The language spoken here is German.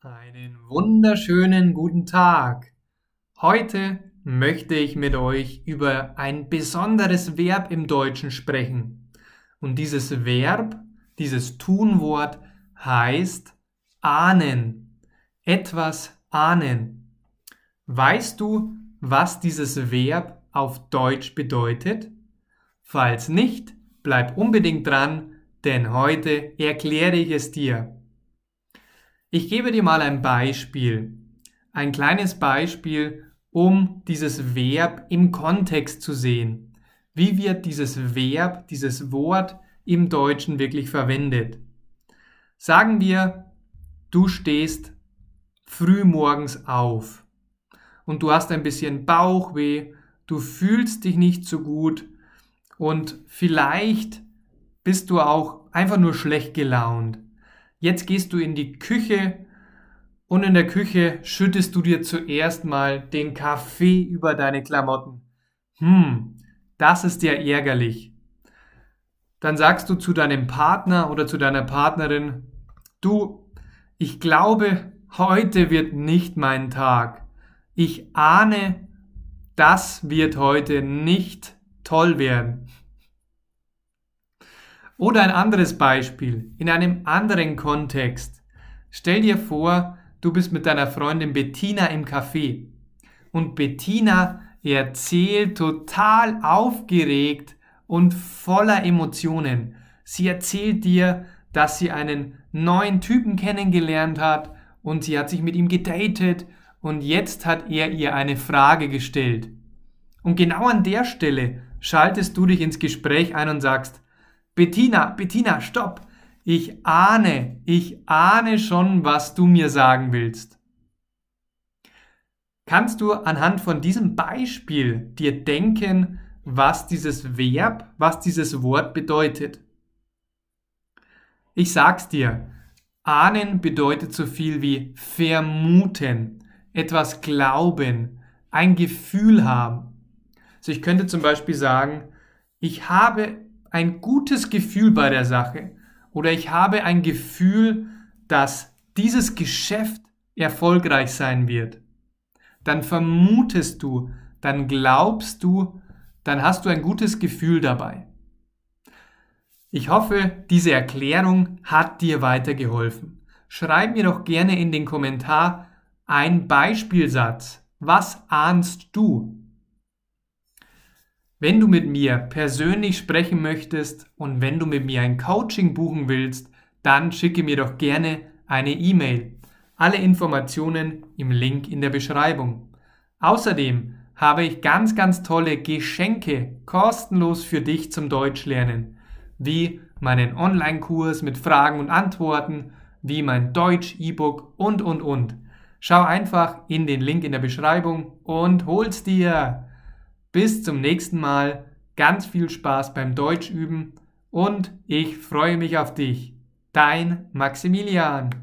Einen wunderschönen guten Tag. Heute möchte ich mit euch über ein besonderes Verb im Deutschen sprechen. Und dieses Verb, dieses Tunwort heißt ahnen. Etwas ahnen. Weißt du, was dieses Verb auf Deutsch bedeutet? Falls nicht, bleib unbedingt dran, denn heute erkläre ich es dir. Ich gebe dir mal ein Beispiel, ein kleines Beispiel, um dieses Verb im Kontext zu sehen. Wie wird dieses Verb, dieses Wort im Deutschen wirklich verwendet? Sagen wir, du stehst früh morgens auf und du hast ein bisschen Bauchweh, du fühlst dich nicht so gut und vielleicht bist du auch einfach nur schlecht gelaunt. Jetzt gehst du in die Küche und in der Küche schüttest du dir zuerst mal den Kaffee über deine Klamotten. Das ist ja ärgerlich. Dann sagst du zu deinem Partner oder zu deiner Partnerin, du, ich glaube, heute wird nicht mein Tag. Ich ahne, das wird heute nicht toll werden. Oder ein anderes Beispiel, in einem anderen Kontext. Stell dir vor, du bist mit deiner Freundin Bettina im Café und Bettina erzählt total aufgeregt und voller Emotionen. Sie erzählt dir, dass sie einen neuen Typen kennengelernt hat und sie hat sich mit ihm gedatet und jetzt hat er ihr eine Frage gestellt. Und genau an der Stelle schaltest du dich ins Gespräch ein und sagst, Bettina, stopp! Ich ahne schon, was du mir sagen willst. Kannst du anhand von diesem Beispiel dir denken, was dieses Verb, was dieses Wort bedeutet? Ich sag's dir, ahnen bedeutet so viel wie vermuten, etwas glauben, ein Gefühl haben. Also ich könnte zum Beispiel sagen, ich habe ein gutes Gefühl bei der Sache oder ich habe ein Gefühl, dass dieses Geschäft erfolgreich sein wird. Dann vermutest du, dann glaubst du, dann hast du ein gutes Gefühl dabei. Ich hoffe, diese Erklärung hat dir weitergeholfen. Schreib mir doch gerne in den Kommentar einen Beispielsatz. Was ahnst du? Wenn du mit mir persönlich sprechen möchtest und wenn du mit mir ein Coaching buchen willst, dann schicke mir doch gerne eine E-Mail. Alle Informationen im Link in der Beschreibung. Außerdem habe ich ganz tolle Geschenke kostenlos für dich zum Deutschlernen, wie meinen Online-Kurs mit Fragen und Antworten, wie mein Deutsch-E-Book und. Schau einfach in den Link in der Beschreibung und hol's dir! Bis zum nächsten Mal, ganz viel Spaß beim Deutschüben und ich freue mich auf dich. Dein Maximilian.